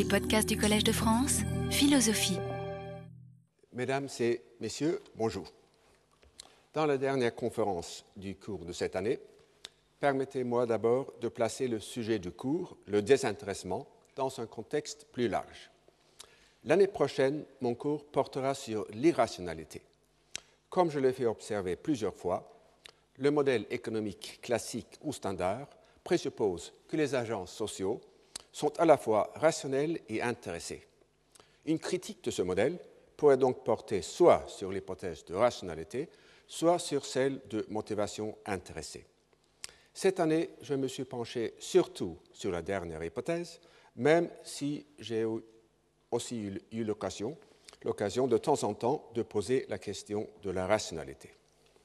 les podcasts du Collège de France, Philosophie. Mesdames et messieurs, bonjour. Dans la dernière conférence du cours de cette année, permettez-moi d'abord de placer le sujet du cours, le désintéressement, dans un contexte plus large. L'année prochaine, mon cours portera sur l'irrationalité. Comme je l'ai fait observer plusieurs fois, le modèle économique classique ou standard présuppose que les agents sociaux sont à la fois rationnels et intéressés. Une critique de ce modèle pourrait donc porter soit sur l'hypothèse de rationalité, soit sur celle de motivation intéressée. Cette année, je me suis penché surtout sur la dernière hypothèse, même si j'ai aussi eu l'occasion de temps en temps de poser la question de la rationalité.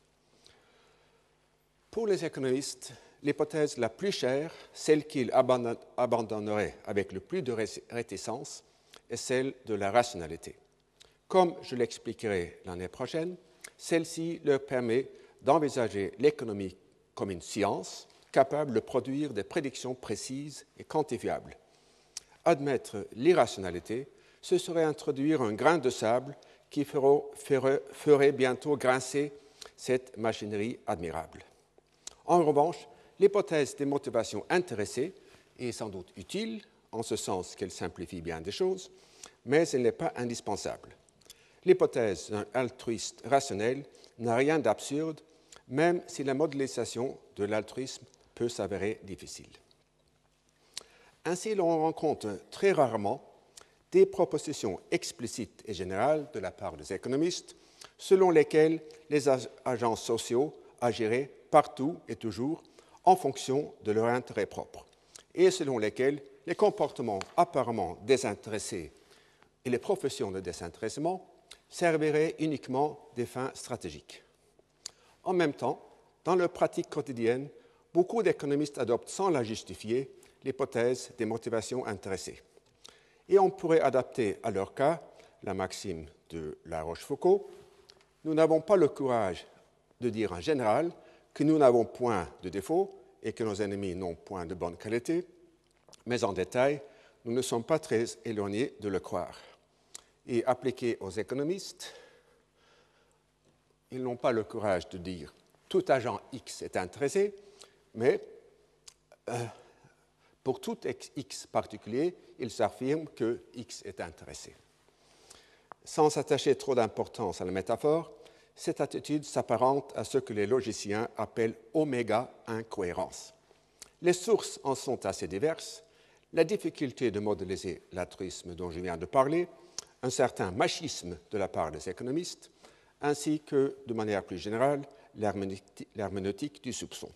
Pour les économistes, l'hypothèse la plus chère, celle qu'ils abandonneraient avec le plus de réticence, est celle de la rationalité. Comme je l'expliquerai l'année prochaine, celle-ci leur permet d'envisager l'économie comme une science capable de produire des prédictions précises et quantifiables. Admettre l'irrationalité, ce serait introduire un grain de sable qui ferait bientôt grincer cette machinerie admirable. En revanche, l'hypothèse des motivations intéressées est sans doute utile, en ce sens qu'elle simplifie bien des choses, mais elle n'est pas indispensable. L'hypothèse d'un altruiste rationnel n'a rien d'absurde, même si la modélisation de l'altruisme peut s'avérer difficile. Ainsi, l'on rencontre très rarement des propositions explicites et générales de la part des économistes selon lesquelles les agents sociaux agiraient partout et toujours en fonction de leur intérêt propre, et selon lesquels les comportements apparemment désintéressés et les professions de désintéressement serviraient uniquement des fins stratégiques. En même temps, dans leur pratique quotidienne, beaucoup d'économistes adoptent sans la justifier l'hypothèse des motivations intéressées. Et on pourrait adapter à leur cas la maxime de La Rochefoucauld: nous n'avons pas le courage de dire en général que nous n'avons point de défaut et que nos ennemis n'ont point de bonne qualité, mais en détail, nous ne sommes pas très éloignés de le croire. Et appliqué aux économistes, ils n'ont pas le courage de dire tout agent X est intéressé, mais pour tout X particulier, ils s'affirment que X est intéressé. Sans attacher trop d'importance à la métaphore, cette attitude s'apparente à ce que les logiciens appellent oméga-incohérence. Les sources en sont assez diverses: la difficulté de modéliser l'altruisme dont je viens de parler, un certain machisme de la part des économistes, ainsi que, de manière plus générale, l'herméneutique du soupçon.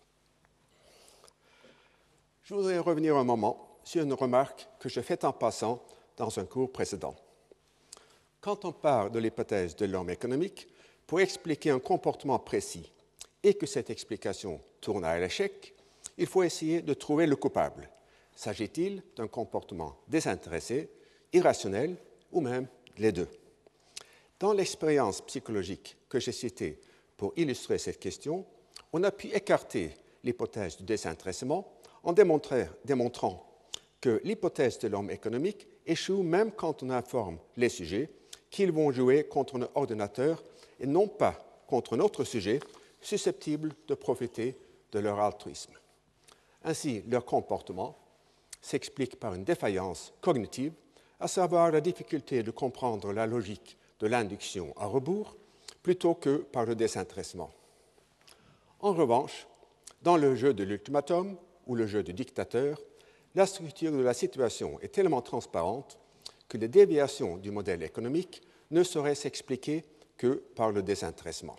Je voudrais revenir un moment sur une remarque que j'ai faite en passant dans un cours précédent. Quand on part de l'hypothèse de l'homme économique pour expliquer un comportement précis et que cette explication tourne à l'échec, il faut essayer de trouver le coupable. S'agit-il d'un comportement désintéressé, irrationnel ou même les deux? Dans l'expérience psychologique que j'ai citée pour illustrer cette question, on a pu écarter l'hypothèse du désintéressement en démontrant que l'hypothèse de l'homme économique échoue même quand on informe les sujets qu'ils vont jouer contre un ordinateur et non pas contre un autre sujet susceptible de profiter de leur altruisme. Ainsi, leur comportement s'explique par une défaillance cognitive, à savoir la difficulté de comprendre la logique de l'induction à rebours, plutôt que par le désintéressement. En revanche, dans le jeu de l'ultimatum ou le jeu du dictateur, la structure de la situation est tellement transparente que les déviations du modèle économique ne sauraient s'expliquer que par le désintéressement.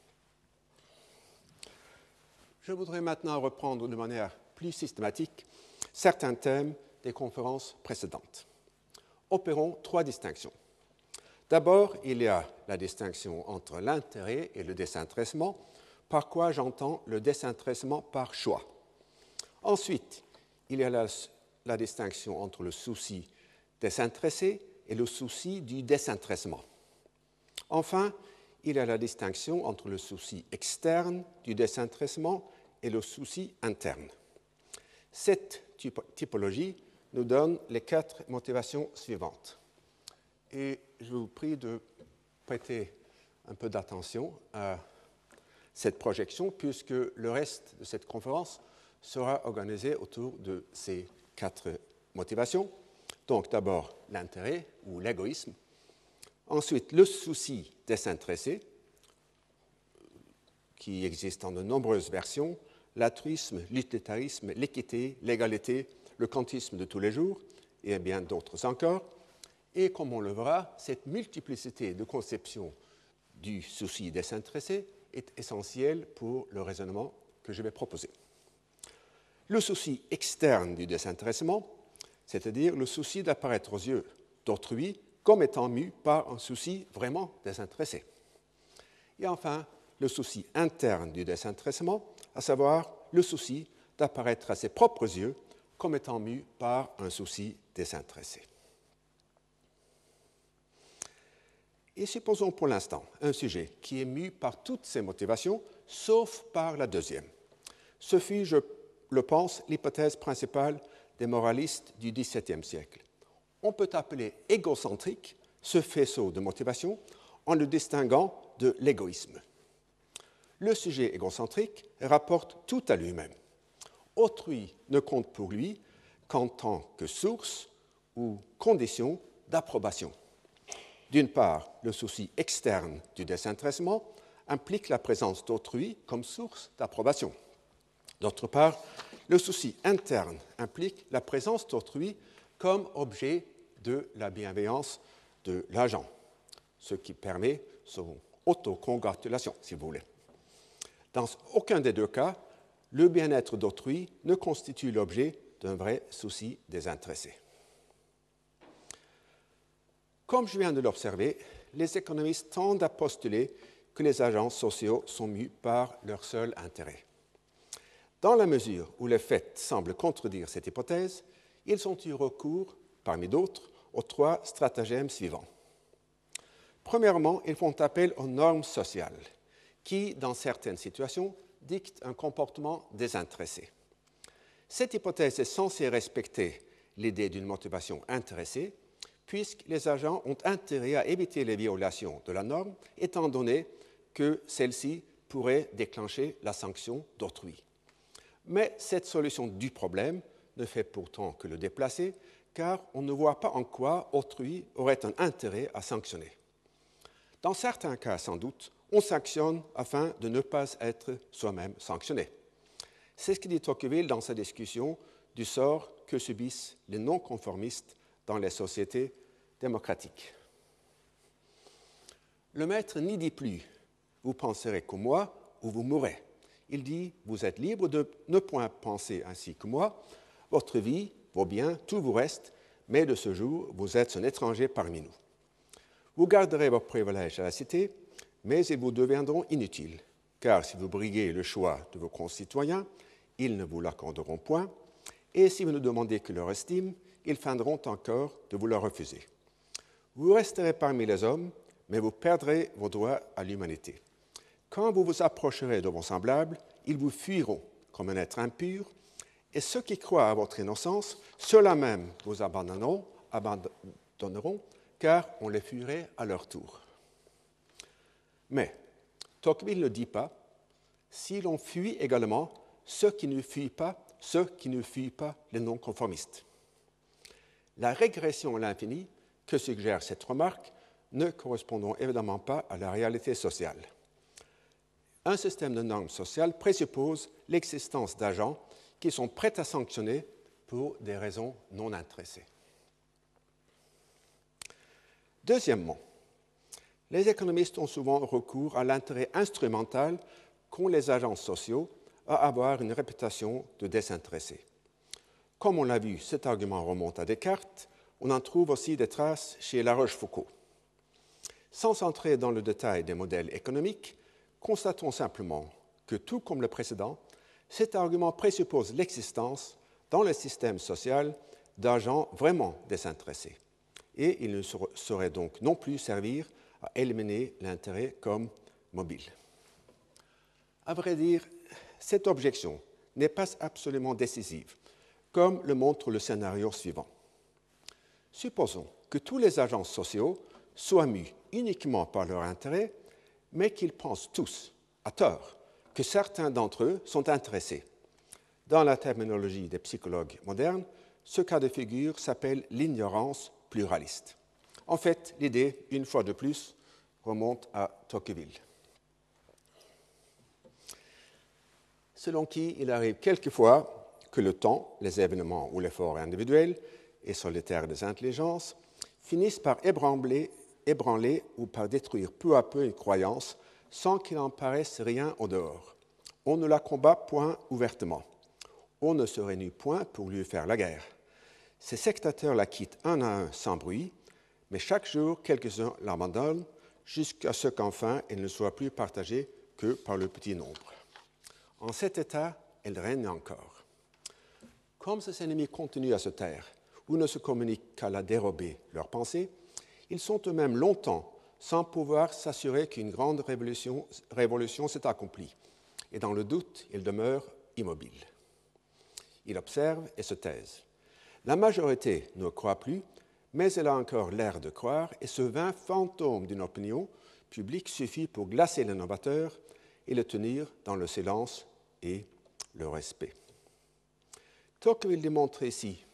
Je voudrais maintenant reprendre de manière plus systématique certains thèmes des conférences précédentes. Opérons trois distinctions. D'abord, il y a la distinction entre l'intérêt et le désintéressement, par quoi j'entends le désintéressement par choix. Ensuite, il y a la distinction entre le souci désintéressé et le souci du désintéressement. Enfin, il y a la distinction entre le souci externe du désintéressement et le souci interne. Cette typologie nous donne les 4 motivations suivantes. Et je vous prie de prêter un peu d'attention à cette projection, puisque le reste de cette conférence sera organisé autour de ces 4 motivations. Donc d'abord l'intérêt ou l'égoïsme, ensuite le souci désintéressé, qui existe en de nombreuses versions, l'altruisme, l'utilitarisme, l'équité, l'égalité, le kantisme de tous les jours, et bien d'autres encore. Et comme on le verra, cette multiplicité de conceptions du souci désintéressé est essentielle pour le raisonnement que je vais proposer. Le souci externe du désintéressement, c'est-à-dire le souci d'apparaître aux yeux d'autrui comme étant mu par un souci vraiment désintéressé. Et enfin, le souci interne du désintéressement, à savoir le souci d'apparaître à ses propres yeux comme étant mu par un souci désintéressé. Et supposons pour l'instant un sujet qui est mu par toutes ces motivations, sauf par la deuxième. Ce fut, je le pense, l'hypothèse principale des moralistes du XVIIe siècle. On peut appeler égocentrique ce faisceau de motivation en le distinguant de l'égoïsme. Le sujet égocentrique rapporte tout à lui-même. Autrui ne compte pour lui qu'en tant que source ou condition d'approbation. D'une part, le souci externe du désintéressement implique la présence d'autrui comme source d'approbation. D'autre part, le souci interne implique la présence d'autrui comme objet de la bienveillance de l'agent, ce qui permet son autocongratulation, si vous voulez. Dans aucun des deux cas, le bien-être d'autrui ne constitue l'objet d'un vrai souci désintéressé. Comme je viens de l'observer, les économistes tendent à postuler que les agents sociaux sont mus par leur seul intérêt. Dans la mesure où les faits semblent contredire cette hypothèse, ils ont eu recours, parmi d'autres, aux 3 stratagèmes suivants. Premièrement, ils font appel aux normes sociales, qui, dans certaines situations, dictent un comportement désintéressé. Cette hypothèse est censée respecter l'idée d'une motivation intéressée, puisque les agents ont intérêt à éviter les violations de la norme, étant donné que celle-ci pourrait déclencher la sanction d'autrui. Mais cette solution du problème ne fait pourtant que le déplacer, car on ne voit pas en quoi autrui aurait un intérêt à sanctionner. Dans certains cas, sans doute, on sanctionne afin de ne pas être soi-même sanctionné. C'est ce que dit Tocqueville dans sa discussion du sort que subissent les non-conformistes dans les sociétés démocratiques. Le maître n'y dit plus « vous penserez comme moi ou vous mourrez ». Il dit « vous êtes libre de ne point penser ainsi que moi, votre vie, vos biens, tout vous reste, mais de ce jour, vous êtes un étranger parmi nous. Vous garderez vos privilèges à la cité, mais ils vous deviendront inutiles, car si vous briguez le choix de vos concitoyens, ils ne vous l'accorderont point, et si vous ne demandez que leur estime, ils feindront encore de vous la refuser. Vous resterez parmi les hommes, mais vous perdrez vos droits à l'humanité. Quand vous vous approcherez de vos semblables, ils vous fuiront comme un être impur, et ceux qui croient à votre innocence, ceux-là même vous abandonneront, car on les fuirait à leur tour. Mais Tocqueville ne dit pas si l'on fuit également ceux qui ne fuient pas les non-conformistes. La régression à l'infini que suggère cette remarque ne correspond évidemment pas à la réalité sociale. Un système de normes sociales présuppose l'existence d'agents qui sont prêts à sanctionner pour des raisons non intéressées. Deuxièmement, les économistes ont souvent recours à l'intérêt instrumental qu'ont les agents sociaux à avoir une réputation de désintéressés. Comme on l'a vu, cet argument remonte à Descartes. On en trouve aussi des traces chez La Rochefoucauld. Sans entrer dans le détail des modèles économiques, constatons simplement que, tout comme le précédent, cet argument présuppose l'existence, dans le système social, d'agents vraiment désintéressés. Et il ne saurait donc non plus servir à éliminer l'intérêt comme mobile. À vrai dire, cette objection n'est pas absolument décisive, comme le montre le scénario suivant. Supposons que tous les agents sociaux soient mus uniquement par leur intérêt, mais qu'ils pensent tous, à tort, que certains d'entre eux sont intéressés. Dans la terminologie des psychologues modernes, ce cas de figure s'appelle l'ignorance pluraliste. En fait, l'idée, une fois de plus, remonte à Tocqueville, selon qui il arrive quelquefois que le temps, les événements ou l'effort individuel et solitaire des intelligences finissent par ébranler ou par détruire peu à peu une croyance sans qu'il en paraisse rien au dehors. On ne la combat point ouvertement. On ne se réunit point pour lui faire la guerre. Ces sectateurs la quittent un à un sans bruit, mais chaque jour, quelques-uns l'abandonnent jusqu'à ce qu'enfin elle ne soit plus partagée que par le petit nombre. En cet état, elle règne encore. Comme ces ennemis continuent à se taire ou ne se communiquent qu'à la dérobée leurs pensées, ils sont eux-mêmes longtemps sans pouvoir s'assurer qu'une grande révolution s'est accomplie, et dans le doute, ils demeurent immobiles. Ils observent et se taisent. La majorité ne croit plus, mais elle a encore l'air de croire, et ce vain fantôme d'une opinion publique suffit pour glacer l'innovateur et le tenir dans le silence et le respect. Tocqueville démontre ici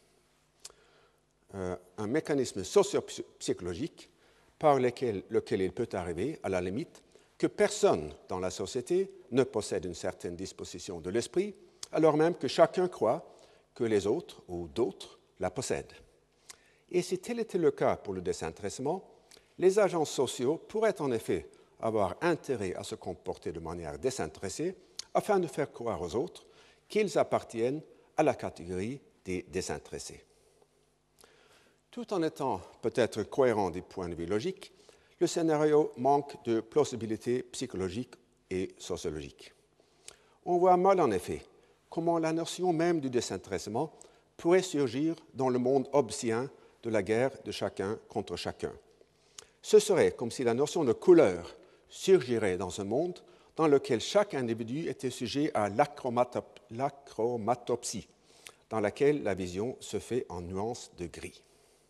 un mécanisme socio-psychologique par lequel il peut arriver, à la limite, que personne dans la société ne possède une certaine disposition de l'esprit, alors même que chacun croit que les autres ou d'autres la possèdent. Et si tel était le cas pour le désintéressement, les agents sociaux pourraient en effet avoir intérêt à se comporter de manière désintéressée afin de faire croire aux autres qu'ils appartiennent à la catégorie des désintéressés. Tout en étant peut-être cohérent du point de vue logique, le scénario manque de plausibilité psychologique et sociologique. On voit mal en effet comment la notion même du désintéressement pourrait surgir dans le monde hobbesien de la guerre de chacun contre chacun. Ce serait comme si la notion de couleur surgirait dans un monde dans lequel chaque individu était sujet à l'achromatopsie, dans laquelle la vision se fait en nuances de gris.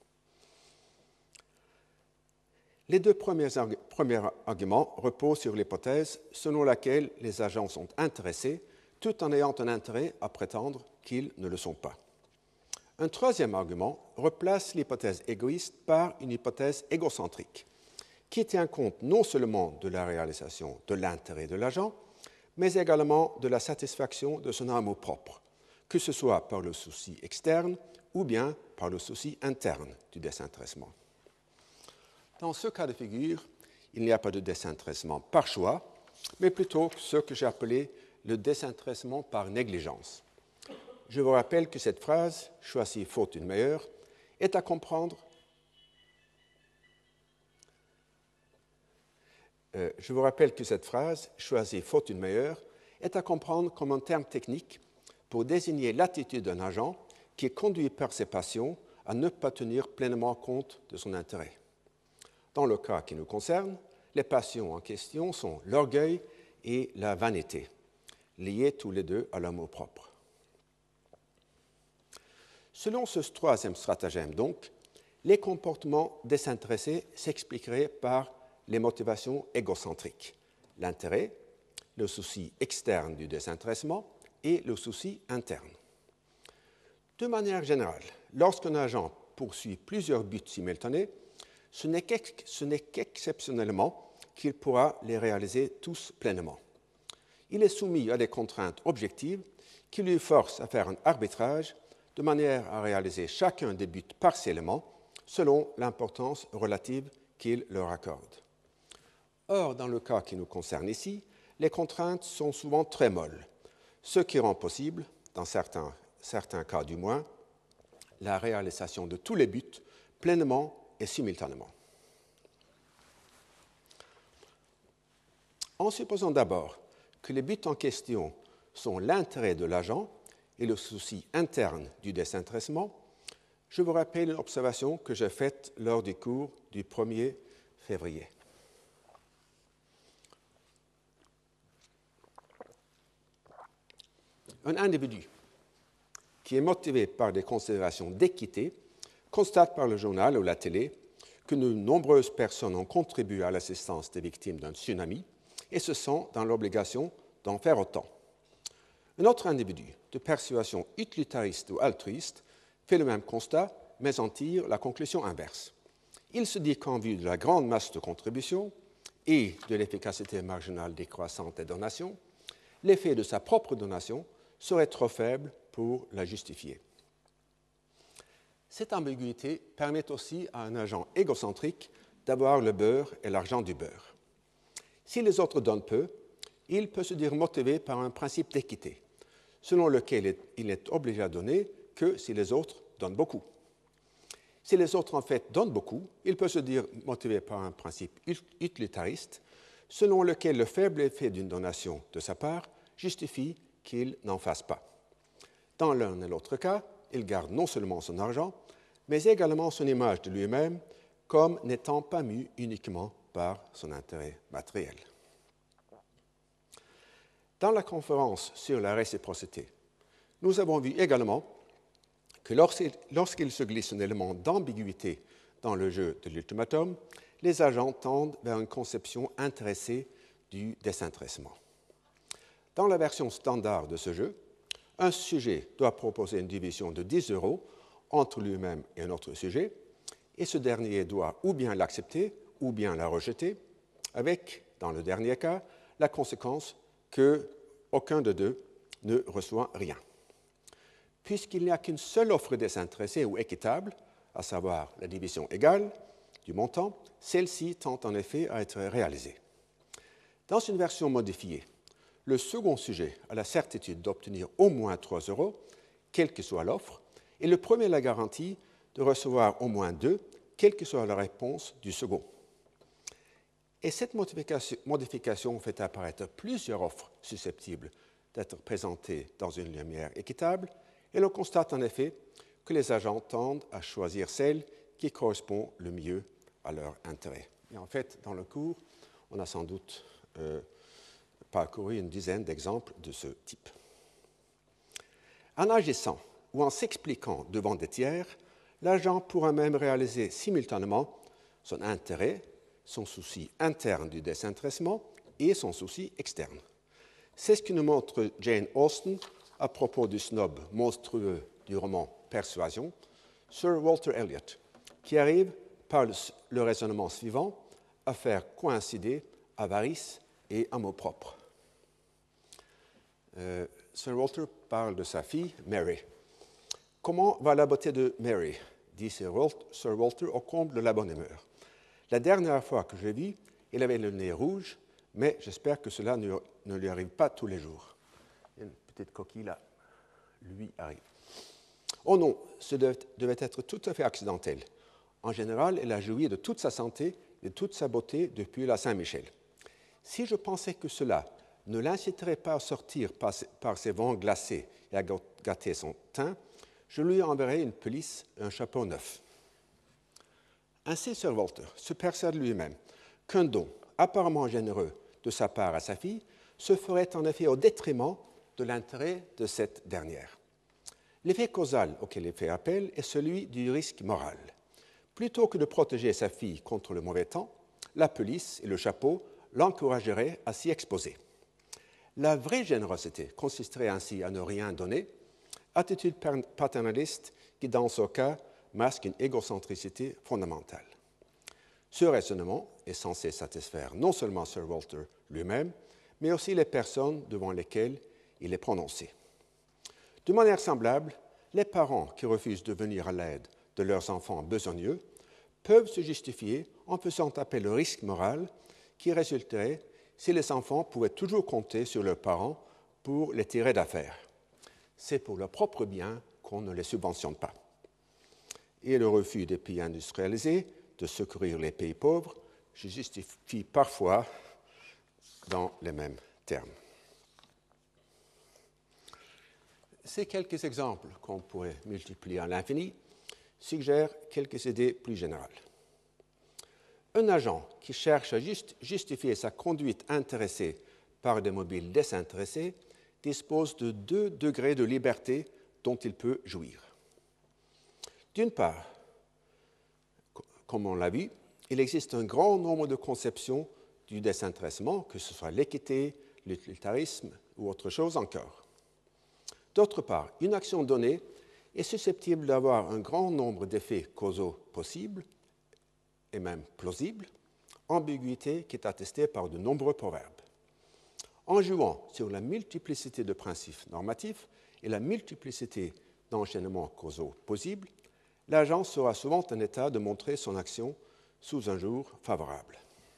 Les deux premiers arguments reposent sur l'hypothèse selon laquelle les agents sont intéressés, tout en ayant un intérêt à prétendre qu'ils ne le sont pas. Un troisième argument replace l'hypothèse égoïste par une hypothèse égocentrique, qui tient compte non seulement de la réalisation de l'intérêt de l'agent, mais également de la satisfaction de son amour-propre, que ce soit par le souci externe ou bien par le souci interne du désintéressement. Dans ce cas de figure, il n'y a pas de désintéressement par choix, mais plutôt ce que j'ai appelé le désintéressement par négligence. Je vous rappelle que cette phrase « choisis faute d'une meilleure » est à comprendre comme un terme technique pour désigner l'attitude d'un agent qui est conduit par ses passions à ne pas tenir pleinement compte de son intérêt. Dans le cas qui nous concerne, les passions en question sont l'orgueil et la vanité, liés tous les deux à l'amour-propre. Selon ce troisième stratagème, donc, les comportements désintéressés s'expliqueraient par les motivations égocentriques, l'intérêt, le souci externe du désintéressement et le souci interne. De manière générale, lorsqu'un agent poursuit plusieurs buts simultanés, ce n'est qu'exceptionnellement qu'il pourra les réaliser tous pleinement. Il est soumis à des contraintes objectives qui lui forcent à faire un arbitrage de manière à réaliser chacun des buts partiellement selon l'importance relative qu'il leur accorde. Or, dans le cas qui nous concerne ici, les contraintes sont souvent très molles, ce qui rend possible, dans certains cas du moins, la réalisation de tous les buts pleinement et simultanément. En supposant d'abord que les buts en question sont l'intérêt de l'agent et le souci interne du désintéressement, je vous rappelle une observation que j'ai faite lors du cours du 1er février. Un individu qui est motivé par des considérations d'équité, constate par le journal ou la télé que de nombreuses personnes ont contribué à l'assistance des victimes d'un tsunami et se sent dans l'obligation d'en faire autant. Un autre individu, de persuasion utilitariste ou altruiste, fait le même constat, mais en tire la conclusion inverse. Il se dit qu'en vue de la grande masse de contributions et de l'efficacité marginale décroissante des donations, l'effet de sa propre donation serait trop faible pour la justifier. Cette ambiguïté permet aussi à un agent égocentrique d'avoir le beurre et l'argent du beurre. Si les autres donnent peu, il peut se dire motivé par un principe d'équité, selon lequel il n'est obligé à donner que si les autres donnent beaucoup. Si les autres en fait donnent beaucoup, il peut se dire motivé par un principe utilitariste, selon lequel le faible effet d'une donation de sa part justifie qu'il n'en fasse pas. Dans l'un et l'autre cas, il garde non seulement son argent, mais également son image de lui-même comme n'étant pas mu uniquement par son intérêt matériel. Dans la conférence sur la réciprocité, nous avons vu également que lorsqu'il se glisse un élément d'ambiguïté dans le jeu de l'ultimatum, les agents tendent vers une conception intéressée du désintéressement. Dans la version standard de ce jeu, un sujet doit proposer une division de 10 € entre lui-même et un autre sujet, et ce dernier doit ou bien l'accepter ou bien la rejeter, avec, dans le dernier cas, la conséquence qu'aucun de deux ne reçoit rien. Puisqu'il n'y a qu'une seule offre désintéressée ou équitable, à savoir la division égale du montant, celle-ci tend en effet à être réalisée. Dans une version modifiée, le second sujet a la certitude d'obtenir au moins 3 €, quelle que soit l'offre, et le premier la garantie de recevoir au moins 2, quelle que soit la réponse du second. Et cette modification fait apparaître plusieurs offres susceptibles d'être présentées dans une lumière équitable, et l'on constate en effet que les agents tendent à choisir celle qui correspond le mieux à leur intérêt. Et en fait, dans le cours, on a sans doute parcouru une dizaine d'exemples de ce type. En agissant ou en s'expliquant devant des tiers, l'agent pourra même réaliser simultanément son intérêt, son souci interne du désintéressement et son souci externe. C'est ce que nous montre Jane Austen à propos du snob monstrueux du roman Persuasion, Sir Walter Elliot, qui arrive, par le raisonnement suivant, à faire coïncider avarice et amour-propre. Sir Walter parle de sa fille, Mary. « Comment va la beauté de Mary ?» dit Sir Walter au comble de la bonne humeur. « La dernière fois que je l'ai vue, elle avait le nez rouge, mais j'espère que cela ne lui arrive pas tous les jours. » Une petite coquille là, lui arrive. « Oh non, ce devait être tout à fait accidentel. En général, elle a joui de toute sa santé et de toute sa beauté depuis la Saint-Michel. Si je pensais que cela ne l'inciterait pas à sortir par ses vents glacés et à gâter son teint, je lui enverrai une pelisse et un chapeau neuf. » Ainsi, Sir Walter se persuade lui-même qu'un don apparemment généreux de sa part à sa fille se ferait en effet au détriment de l'intérêt de cette dernière. L'effet causal auquel il fait appel est celui du risque moral. Plutôt que de protéger sa fille contre le mauvais temps, la pelisse et le chapeau l'encourageraient à s'y exposer. La vraie générosité consisterait ainsi à ne rien donner, attitude paternaliste qui, dans ce cas, masque une égocentricité fondamentale. Ce raisonnement est censé satisfaire non seulement Sir Walter lui-même, mais aussi les personnes devant lesquelles il est prononcé. De manière semblable, les parents qui refusent de venir à l'aide de leurs enfants besogneux peuvent se justifier en faisant appel au risque moral qui résulterait si les enfants pouvaient toujours compter sur leurs parents pour les tirer d'affaire. C'est pour leur propre bien qu'on ne les subventionne pas. Et le refus des pays industrialisés de secourir les pays pauvres se justifie parfois dans les mêmes termes. Ces quelques exemples, qu'on pourrait multiplier à l'infini, suggèrent quelques idées plus générales. Un agent qui cherche à justifier sa conduite intéressée par des mobiles désintéressés dispose de 2 degrés de liberté dont il peut jouir. D'une part, comme on l'a vu, il existe un grand nombre de conceptions du désintéressement, que ce soit l'équité, l'utilitarisme ou autre chose encore. D'autre part, une action donnée est susceptible d'avoir un grand nombre d'effets causaux possibles et même plausibles, ambiguïté qui est attestée par de nombreux proverbes. En jouant sur la multiplicité de principes normatifs et la multiplicité d'enchaînements causaux possibles, l'agent sera souvent en état de montrer son action sous un jour favorable.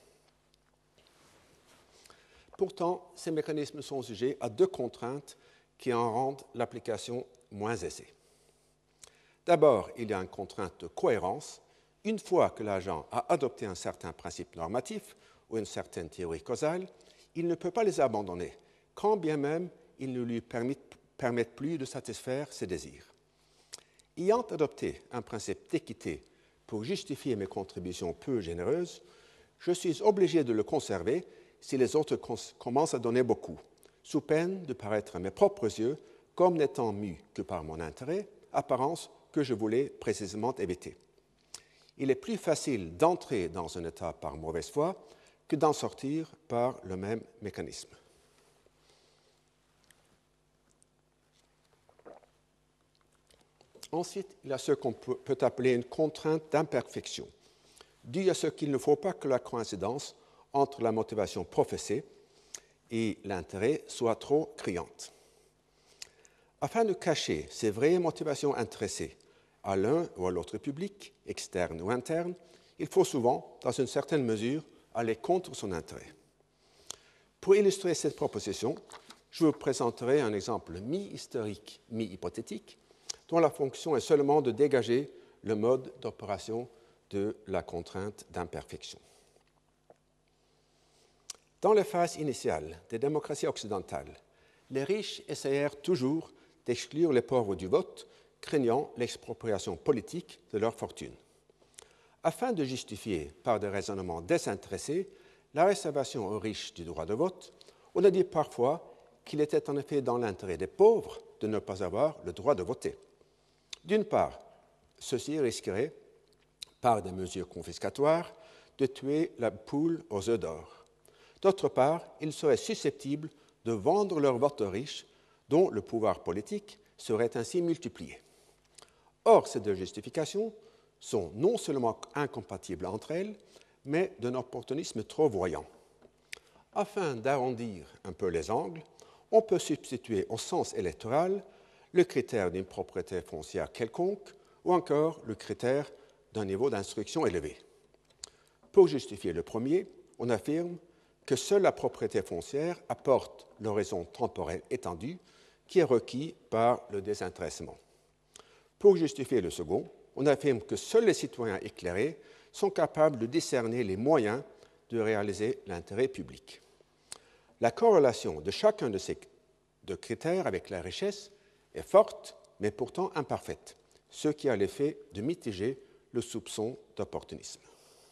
Pourtant, ces mécanismes sont sujets à deux contraintes qui en rendent l'application moins aisée. D'abord, il y a une contrainte de cohérence. Une fois que l'agent a adopté un certain principe normatif ou une certaine théorie causale, il ne peut pas les abandonner, quand bien même ils ne lui permettent plus de satisfaire ses désirs. Ayant adopté un principe d'équité pour justifier mes contributions peu généreuses, je suis obligé de le conserver si les autres commencent à donner beaucoup, sous peine de paraître à mes propres yeux comme n'étant mû que par mon intérêt, apparence que je voulais précisément éviter. Il est plus facile d'entrer dans un état par mauvaise foi que d'en sortir par le même mécanisme. Ensuite, il y a ce qu'on peut appeler une contrainte d'imperfection, due à ce qu'il ne faut pas que la coïncidence entre la motivation professée et l'intérêt soit trop criante. Afin de cacher ces vraies motivations intéressées à l'un ou à l'autre public, externe ou interne, il faut souvent, dans une certaine mesure, aller contre son intérêt. Pour illustrer cette proposition, je vous présenterai un exemple mi-historique, mi-hypothétique, dont la fonction est seulement de dégager le mode d'opération de la contrainte d'imperfection. Dans les phases initiales des démocraties occidentales, les riches essayèrent toujours d'exclure les pauvres du vote, craignant l'expropriation politique de leur fortune. Afin de justifier par des raisonnements désintéressés la réservation aux riches du droit de vote, on a dit parfois qu'il était en effet dans l'intérêt des pauvres de ne pas avoir le droit de voter. D'une part, ceux-ci risqueraient, par des mesures confiscatoires, de tuer la poule aux œufs d'or. D'autre part, ils seraient susceptibles de vendre leur vote aux riches, dont le pouvoir politique serait ainsi multiplié. Or, ces deux justifications sont non seulement incompatibles entre elles, mais d'un opportunisme trop voyant. Afin d'arrondir un peu les angles, on peut substituer au sens électoral le critère d'une propriété foncière quelconque ou encore le critère d'un niveau d'instruction élevé. Pour justifier le premier, on affirme que seule la propriété foncière apporte l'horizon temporel étendu qui est requis par le désintéressement. Pour justifier le second, on affirme que seuls les citoyens éclairés sont capables de discerner les moyens de réaliser l'intérêt public. La corrélation de chacun de ces deux critères avec la richesse est forte, mais pourtant imparfaite, ce qui a l'effet de mitiger le soupçon d'opportunisme.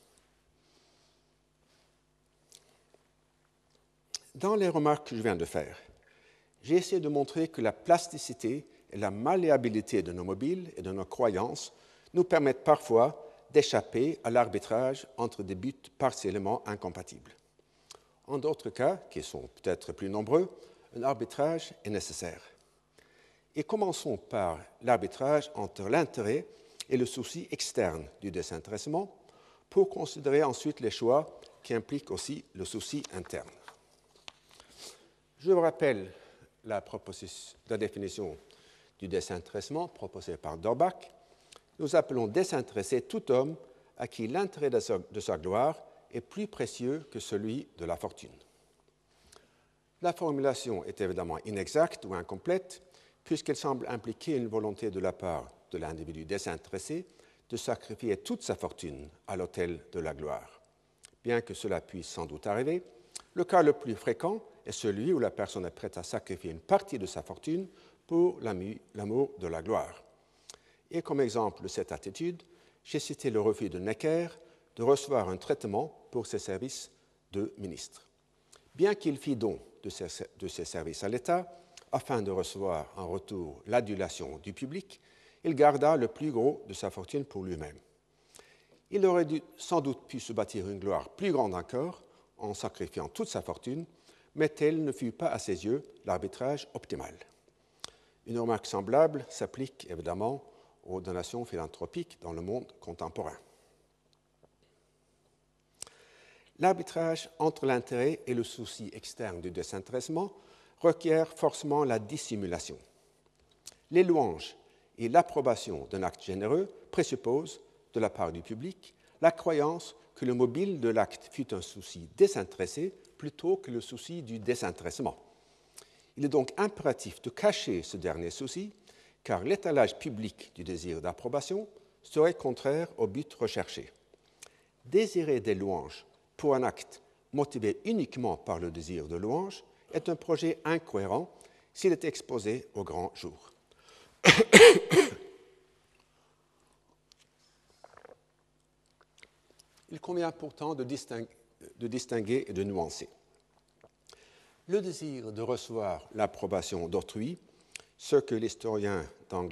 Dans les remarques que je viens de faire, j'ai essayé de montrer que la plasticité et la malléabilité de nos mobiles et de nos croyances nous permettent parfois d'échapper à l'arbitrage entre des buts partiellement incompatibles. En d'autres cas, qui sont peut-être plus nombreux, un arbitrage est nécessaire. Et commençons par l'arbitrage entre l'intérêt et le souci externe du désintéressement pour considérer ensuite les choix qui impliquent aussi le souci interne. Je vous rappelle la définition du désintéressement proposée par Dorbach. Nous appelons désintéressé tout homme à qui l'intérêt de sa gloire est plus précieux que celui de la fortune. La formulation est évidemment inexacte ou incomplète, puisqu'elle semble impliquer une volonté de la part de l'individu désintéressé de sacrifier toute sa fortune à l'autel de la gloire. Bien que cela puisse sans doute arriver, le cas le plus fréquent est celui où la personne est prête à sacrifier une partie de sa fortune pour l'amour de la gloire. Et comme exemple de cette attitude, j'ai cité le refus de Necker de recevoir un traitement pour ses services de ministre. Bien qu'il fît don de ses services à l'État, afin de recevoir en retour l'adulation du public, il garda le plus gros de sa fortune pour lui-même. Il aurait sans doute pu se bâtir une gloire plus grande encore en sacrifiant toute sa fortune, mais tel ne fut pas à ses yeux l'arbitrage optimal. Une remarque semblable s'applique évidemment aux donations philanthropiques dans le monde contemporain. L'arbitrage entre l'intérêt et le souci externe du désintéressement requiert forcément la dissimulation. Les louanges et l'approbation d'un acte généreux présupposent, de la part du public, la croyance que le mobile de l'acte fut un souci désintéressé plutôt que le souci du désintéressement. Il est donc impératif de cacher ce dernier souci, car l'étalage public du désir d'approbation serait contraire au but recherché. Désirer des louanges pour un acte motivé uniquement par le désir de louange est un projet incohérent s'il est exposé au grand jour. Il convient pourtant de distinguer et de nuancer. Le désir de recevoir l'approbation d'autrui, ce que l'historien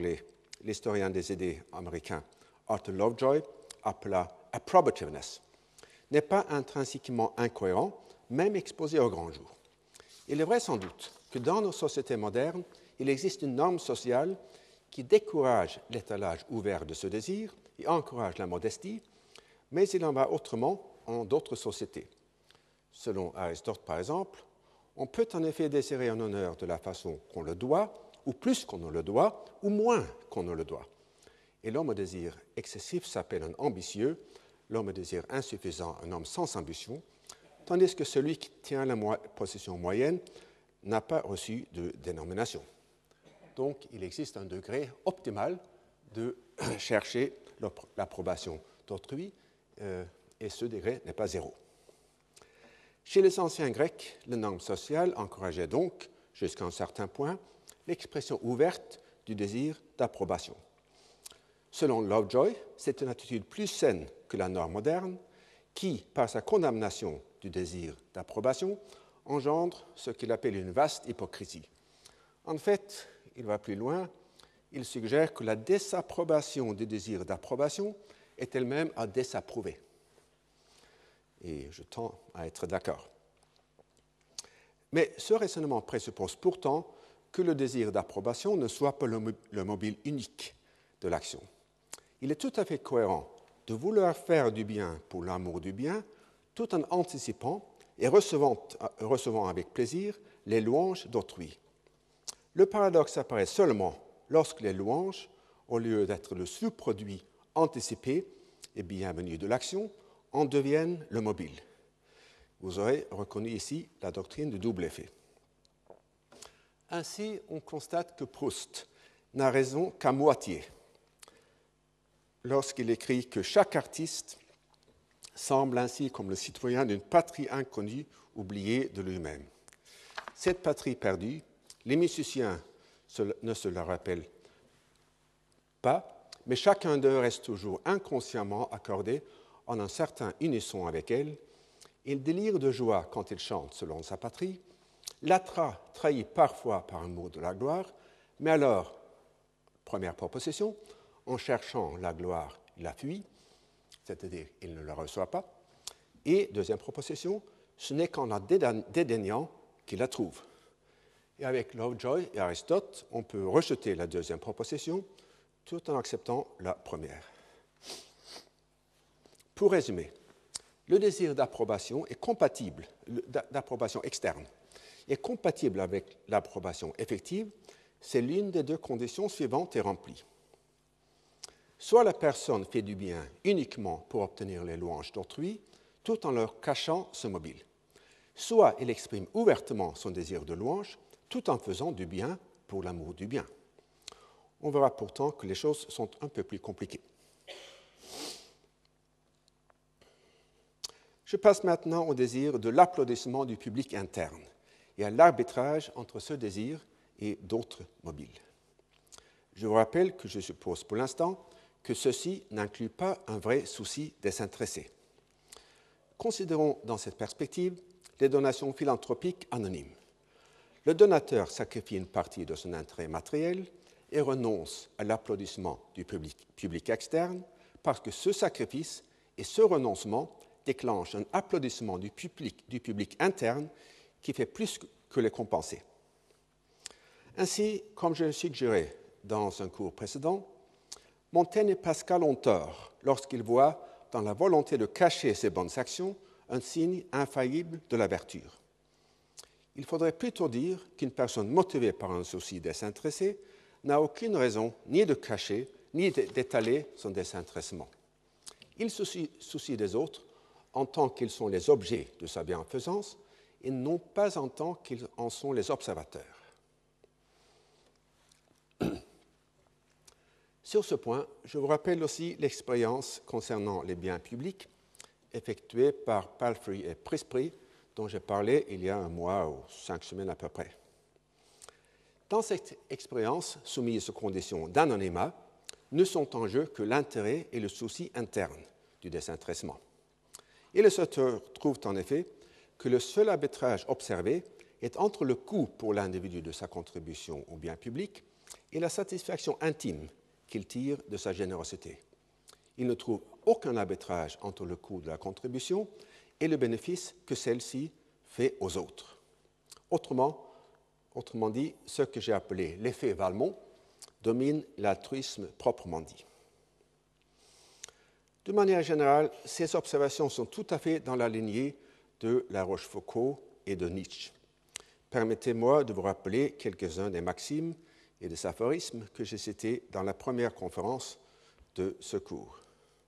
des idées américain Arthur Lovejoy appela approbativeness, n'est pas intrinsèquement incohérent, même exposé au grand jour. Il est vrai sans doute que dans nos sociétés modernes, il existe une norme sociale qui décourage l'étalage ouvert de ce désir et encourage la modestie, mais il en va autrement en d'autres sociétés. Selon Aristote, par exemple, on peut en effet désirer un honneur de la façon qu'on le doit, ou plus qu'on ne le doit, ou moins qu'on ne le doit. Et l'homme au désir excessif s'appelle un ambitieux, l'homme au désir insuffisant un homme sans ambition, tandis que celui qui tient la position moyenne n'a pas reçu de dénomination. Donc, il existe un degré optimal de chercher l'approbation d'autrui, et ce degré n'est pas zéro. Chez les anciens Grecs, la norme sociale encourageait donc, jusqu'à un certain point, l'expression ouverte du désir d'approbation. Selon Lovejoy, c'est une attitude plus saine que la norme moderne qui, par sa condamnation du désir d'approbation, engendre ce qu'il appelle une vaste hypocrisie. En fait, il va plus loin, il suggère que la désapprobation du désir d'approbation est elle-même à désapprouver. Et je tends à être d'accord. Mais ce raisonnement présuppose pourtant que le désir d'approbation ne soit pas le mobile unique de l'action. Il est tout à fait cohérent de vouloir faire du bien pour l'amour du bien, tout en anticipant et recevant avec plaisir les louanges d'autrui. Le paradoxe apparaît seulement lorsque les louanges, au lieu d'être le sous-produit anticipé et bienvenu de l'action, en deviennent le mobile. Vous aurez reconnu ici la doctrine du double effet. Ainsi, on constate que Proust n'a raison qu'à moitié lorsqu'il écrit que chaque artiste semble ainsi comme le citoyen d'une patrie inconnue, oubliée de lui-même. Cette patrie perdue, les musiciens ne se la rappellent pas, mais chacun d'eux reste toujours inconsciemment accordé en un certain unisson avec elle. Il délire de joie quand il chante selon sa patrie, trahi parfois par amour de la gloire, mais alors, première proposition, en cherchant la gloire, il la fuit, c'est-à-dire il ne la reçoit pas. Et deuxième proposition, ce n'est qu'en la dédaignant qu'il la trouve. Et avec Lovejoy et Aristote, on peut rejeter la deuxième proposition tout en acceptant la première. Pour résumer, le désir d'approbation est compatible, d'approbation externe, est compatible avec l'approbation effective, c'est l'une des deux conditions suivantes est remplie. Soit la personne fait du bien uniquement pour obtenir les louanges d'autrui, tout en leur cachant ce mobile. Soit elle exprime ouvertement son désir de louange, tout en faisant du bien pour l'amour du bien. On verra pourtant que les choses sont un peu plus compliquées. Je passe maintenant au désir de l'applaudissement du public interne et à l'arbitrage entre ce désir et d'autres mobiles. Je vous rappelle que je suppose pour l'instant que ceci n'inclut pas un vrai souci désintéressé. Considérons dans cette perspective les donations philanthropiques anonymes. le donateur sacrifie une partie de son intérêt matériel et renonce à l'applaudissement du public externe parce que ce sacrifice et ce renoncement déclenchent un applaudissement du public interne qui fait plus que les compenser. Ainsi, comme je le suggérais dans un cours précédent, Montaigne et Pascal ont tort lorsqu'ils voient dans la volonté de cacher ses bonnes actions un signe infaillible de la vertu. Il faudrait plutôt dire qu'une personne motivée par un souci désintéressé n'a aucune raison ni de cacher ni d'étaler son désintéressement. Il se soucie des autres en tant qu'ils sont les objets de sa bienfaisance et non pas en tant qu'ils en sont les observateurs. Sur ce point, je vous rappelle aussi l'expérience concernant les biens publics effectuée par Palfrey et Priestley, dont j'ai parlé il y a un mois ou 5 semaines à peu près. Dans cette expérience, soumise aux conditions d'anonymat, ne sont en jeu que l'intérêt et le souci interne du désintéressement. Et les auteurs trouvent en effet que le seul arbitrage observé est entre le coût pour l'individu de sa contribution au bien public et la satisfaction intime qu'il tire de sa générosité. Il ne trouve aucun arbitrage entre le coût de la contribution et le bénéfice que celle-ci fait aux autres. Autrement dit, ce que j'ai appelé l'effet Valmont domine l'altruisme proprement dit. De manière générale, ces observations sont tout à fait dans la lignée de La Rochefoucauld et de Nietzsche. Permettez-moi de vous rappeler quelques-uns des maximes et des aphorismes que j'ai cités dans la première conférence de ce cours.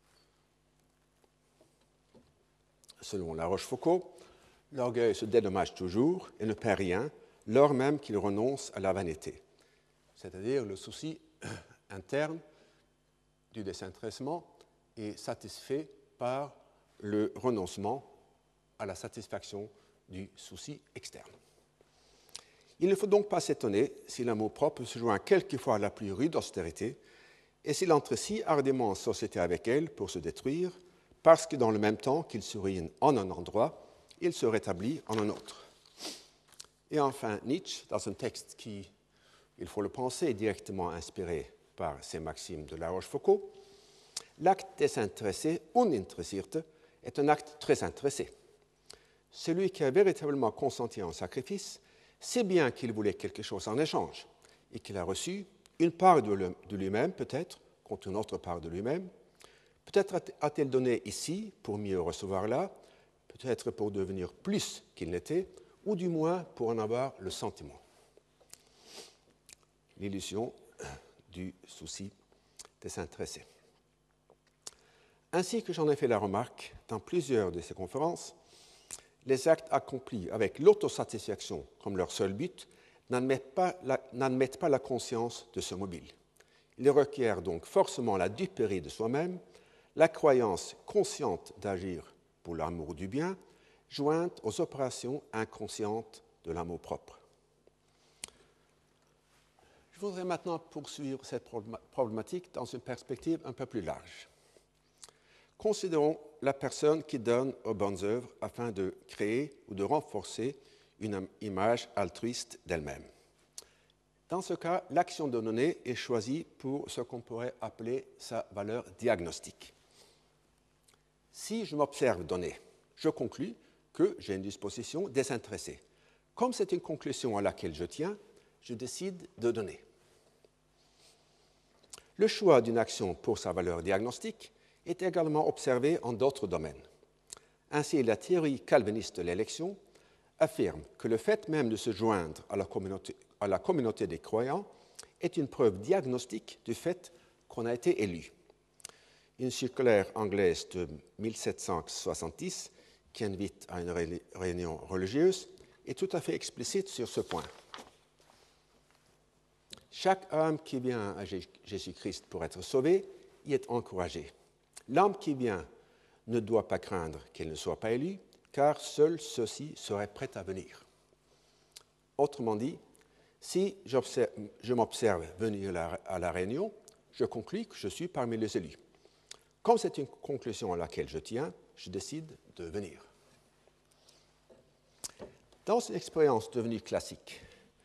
Selon La Rochefoucauld, l'orgueil se dédommage toujours et ne perd rien, lors même qu'il renonce à la vanité, c'est-à-dire le souci interne du désintéressement est satisfait par le renoncement à la satisfaction du souci externe. Il ne faut donc pas s'étonner si l'amour-propre se joint quelquefois à la plus rude austérité et s'il entre si hardiment en société avec elle pour se détruire, parce que dans le même temps qu'il se ruine en un endroit, il se rétablit en un autre. Et enfin, Nietzsche, dans un texte qui, il faut le penser, est directement inspiré par ces maximes de La Rochefoucauld, l'acte désintéressé, uninteressiert, est un acte très intéressé. Celui qui a véritablement consenti en sacrifice sait bien qu'il voulait quelque chose en échange et qu'il a reçu une part de lui-même, peut-être, contre une autre part de lui-même. Peut-être a-t-il donné ici pour mieux recevoir là, peut-être pour devenir plus qu'il n'était, ou du moins pour en avoir le sentiment. L'illusion du souci désintéressé. Ainsi que j'en ai fait la remarque dans plusieurs de ces conférences, les actes accomplis avec l'autosatisfaction comme leur seul but n'admettent pas la conscience de ce mobile. Ils requièrent donc forcément la duperie de soi-même, la croyance consciente d'agir pour l'amour du bien, jointe aux opérations inconscientes de l'amour-propre. Je voudrais maintenant poursuivre cette problématique dans une perspective un peu plus large. Considérons la personne qui donne aux bonnes œuvres afin de créer ou de renforcer une image altruiste d'elle-même. Dans ce cas, l'action de donner est choisie pour ce qu'on pourrait appeler sa valeur diagnostique. Si je m'observe donner, je conclus que j'ai une disposition désintéressée. Comme c'est une conclusion à laquelle je tiens, je décide de donner. Le choix d'une action pour sa valeur diagnostique est également observé en d'autres domaines. Ainsi, la théorie calviniste de l'élection affirme que le fait même de se joindre à la communauté des croyants est une preuve diagnostique du fait qu'on a été élu. Une circulaire anglaise de 1770 qui invite à une réunion religieuse est tout à fait explicite sur ce point. Chaque âme qui vient à Jésus-Christ pour être sauvée y est encouragée. L'âme qui vient ne doit pas craindre qu'elle ne soit pas élue, car seuls ceux-ci seraient prêts à venir. Autrement dit, si je m'observe venir à la réunion, je conclus que je suis parmi les élus. Comme c'est une conclusion à laquelle je tiens, je décide de venir. Dans une expérience devenue classique,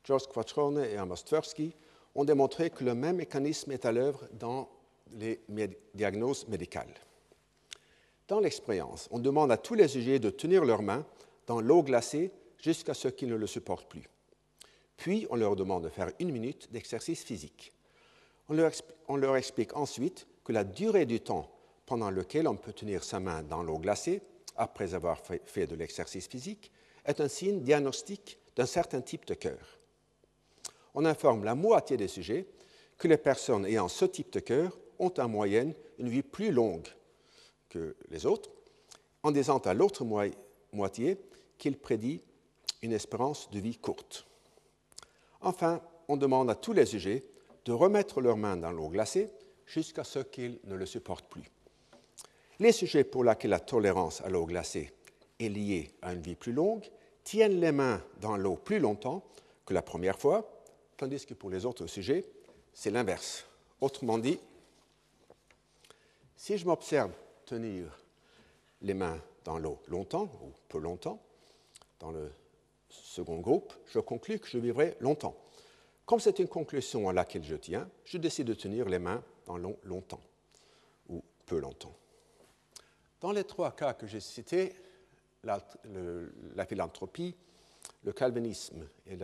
George Quattrone et Amos Tversky ont démontré que le même mécanisme est à l'œuvre dans les diagnoses médicales. Dans l'expérience, on demande à tous les sujets de tenir leurs mains dans l'eau glacée jusqu'à ce qu'ils ne le supportent plus. Puis, on leur demande de faire 1 minute d'exercice physique. On leur explique ensuite que la durée du temps pendant lequel on peut tenir sa main dans l'eau glacée, après avoir fait de l'exercice physique, est un signe diagnostique d'un certain type de cœur. On informe la moitié des sujets que les personnes ayant ce type de cœur ont en moyenne une vie plus longue que les autres, en disant à l'autre moitié qu'il prédit une espérance de vie courte. Enfin, on demande à tous les sujets de remettre leurs mains dans l'eau glacée jusqu'à ce qu'ils ne le supportent plus. Les sujets pour lesquels la tolérance à l'eau glacée est liée à une vie plus longue tiennent les mains dans l'eau plus longtemps que la première fois, tandis que pour les autres sujets, c'est l'inverse. Autrement dit, si je m'observe tenir les mains dans l'eau longtemps, ou peu longtemps, dans le second groupe, je conclus que je vivrai longtemps. Comme c'est une conclusion à laquelle je tiens, je décide de tenir les mains dans l'eau longtemps, ou peu longtemps. Dans les 3 cas que j'ai cités, la philanthropie, le calvinisme et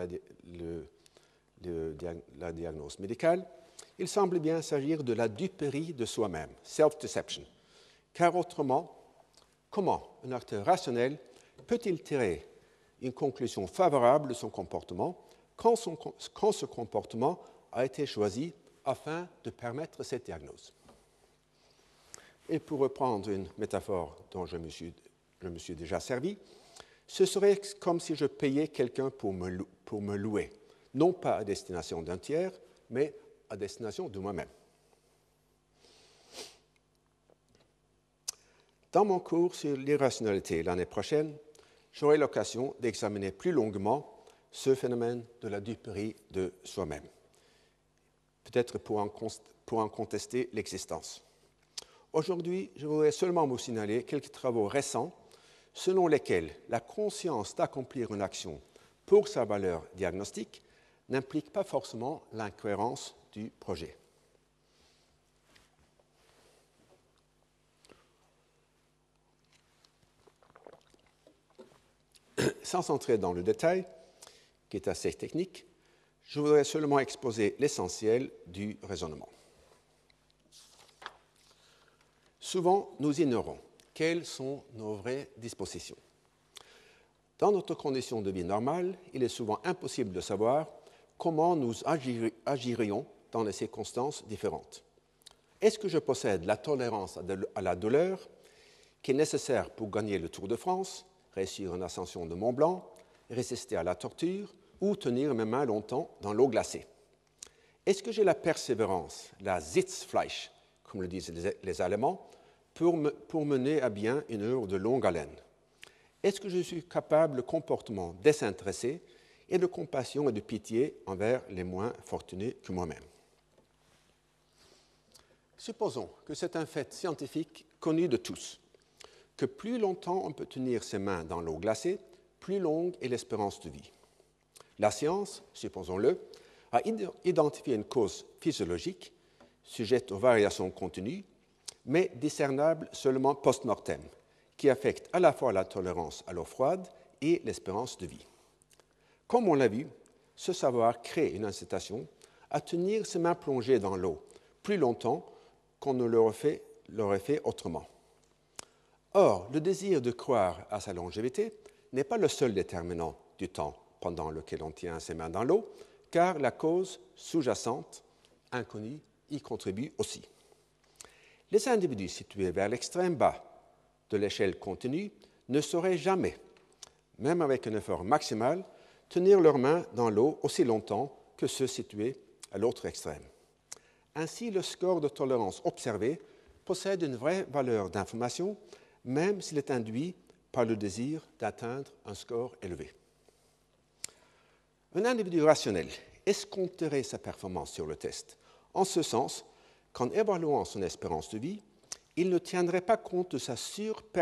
la diagnose médicale, il semble bien s'agir de la duperie de soi-même, self-deception. Car autrement, comment un acteur rationnel peut-il tirer une conclusion favorable de son comportement quand ce comportement a été choisi afin de permettre cette diagnose? Et pour reprendre une métaphore dont je me suis déjà servi, ce serait comme si je payais quelqu'un pour me louer, non pas à destination d'un tiers, mais à destination de moi-même. Dans mon cours sur l'irrationalité l'année prochaine, j'aurai l'occasion d'examiner plus longuement ce phénomène de la duperie de soi-même, peut-être pour en contester l'existence. Aujourd'hui, je voudrais seulement vous signaler quelques travaux récents selon lesquels la conscience d'accomplir une action pour sa valeur diagnostique n'implique pas forcément l'incohérence du projet. Sans entrer dans le détail, qui est assez technique, je voudrais seulement exposer l'essentiel du raisonnement. Souvent, nous ignorons quelles sont nos vraies dispositions. Dans notre condition de vie normale, il est souvent impossible de savoir comment nous agirions dans des circonstances différentes. Est-ce que je possède la tolérance à la douleur qui est nécessaire pour gagner le Tour de France, réussir une ascension de Mont Blanc, résister à la torture ou tenir mes mains longtemps dans l'eau glacée? Est-ce que j'ai la persévérance, la Sitzfleisch, comme le disent les Allemands, pour mener à bien une œuvre de longue haleine? Est-ce que je suis capable de comportements désintéressés et de compassion et de pitié envers les moins fortunés que moi-même? Supposons que c'est un fait scientifique connu de tous, que plus longtemps on peut tenir ses mains dans l'eau glacée, plus longue est l'espérance de vie. La science, supposons-le, a identifié une cause physiologique sujette aux variations continues, mais discernable seulement post-mortem, qui affecte à la fois la tolérance à l'eau froide et l'espérance de vie. Comme on l'a vu, ce savoir crée une incitation à tenir ses mains plongées dans l'eau plus longtemps qu'on ne l'aurait fait autrement. Or, le désir de croire à sa longévité n'est pas le seul déterminant du temps pendant lequel on tient ses mains dans l'eau, car la cause sous-jacente, inconnue, y contribue aussi. Les individus situés vers l'extrême bas de l'échelle continue ne sauraient jamais, même avec un effort maximal, tenir leurs mains dans l'eau aussi longtemps que ceux situés à l'autre extrême. Ainsi, le score de tolérance observé possède une vraie valeur d'information, même s'il est induit par le désir d'atteindre un score élevé. Un individu rationnel escompterait sa performance sur le test, en ce sens qu'en évaluant son espérance de vie, il ne tiendrait pas compte de sa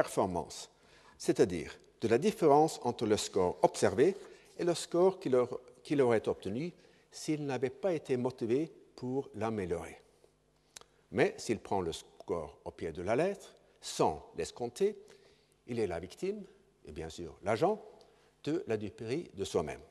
surperformance, c'est-à-dire de la différence entre le score observé et le score qu'il aurait obtenu s'il n'avait pas été motivé pour l'améliorer. Mais s'il prend le score au pied de la lettre, sans l'escompter, il est la victime, et bien sûr l'agent, de la duperie de soi-même.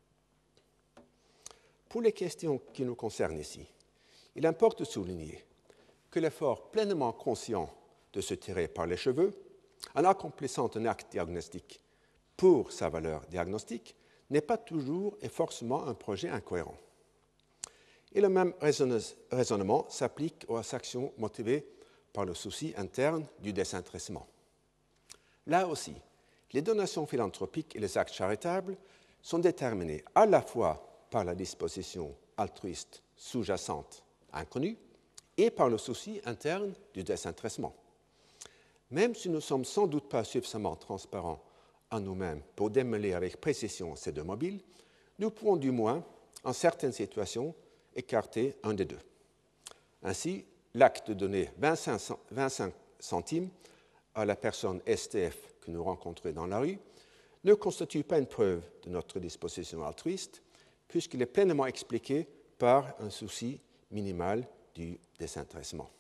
Pour les questions qui nous concernent ici, il importe de souligner que l'effort pleinement conscient de se tirer par les cheveux, en accomplissant un acte diagnostique pour sa valeur diagnostique, n'est pas toujours et forcément un projet incohérent. Et le même raisonnement s'applique aux actions motivées par le souci interne du désintéressement. Là aussi, les donations philanthropiques et les actes charitables sont déterminés à la fois par la disposition altruiste sous-jacente inconnue et par le souci interne du désintéressement. Même si nous ne sommes sans doute pas suffisamment transparents en nous-mêmes pour démêler avec précision ces deux mobiles, nous pouvons du moins, en certaines situations, écarter un des deux. Ainsi, l'acte de donner 25 centimes à la personne STF que nous rencontrons dans la rue ne constitue pas une preuve de notre disposition altruiste, puisqu'il est pleinement expliqué par un souci minimal du désintéressement.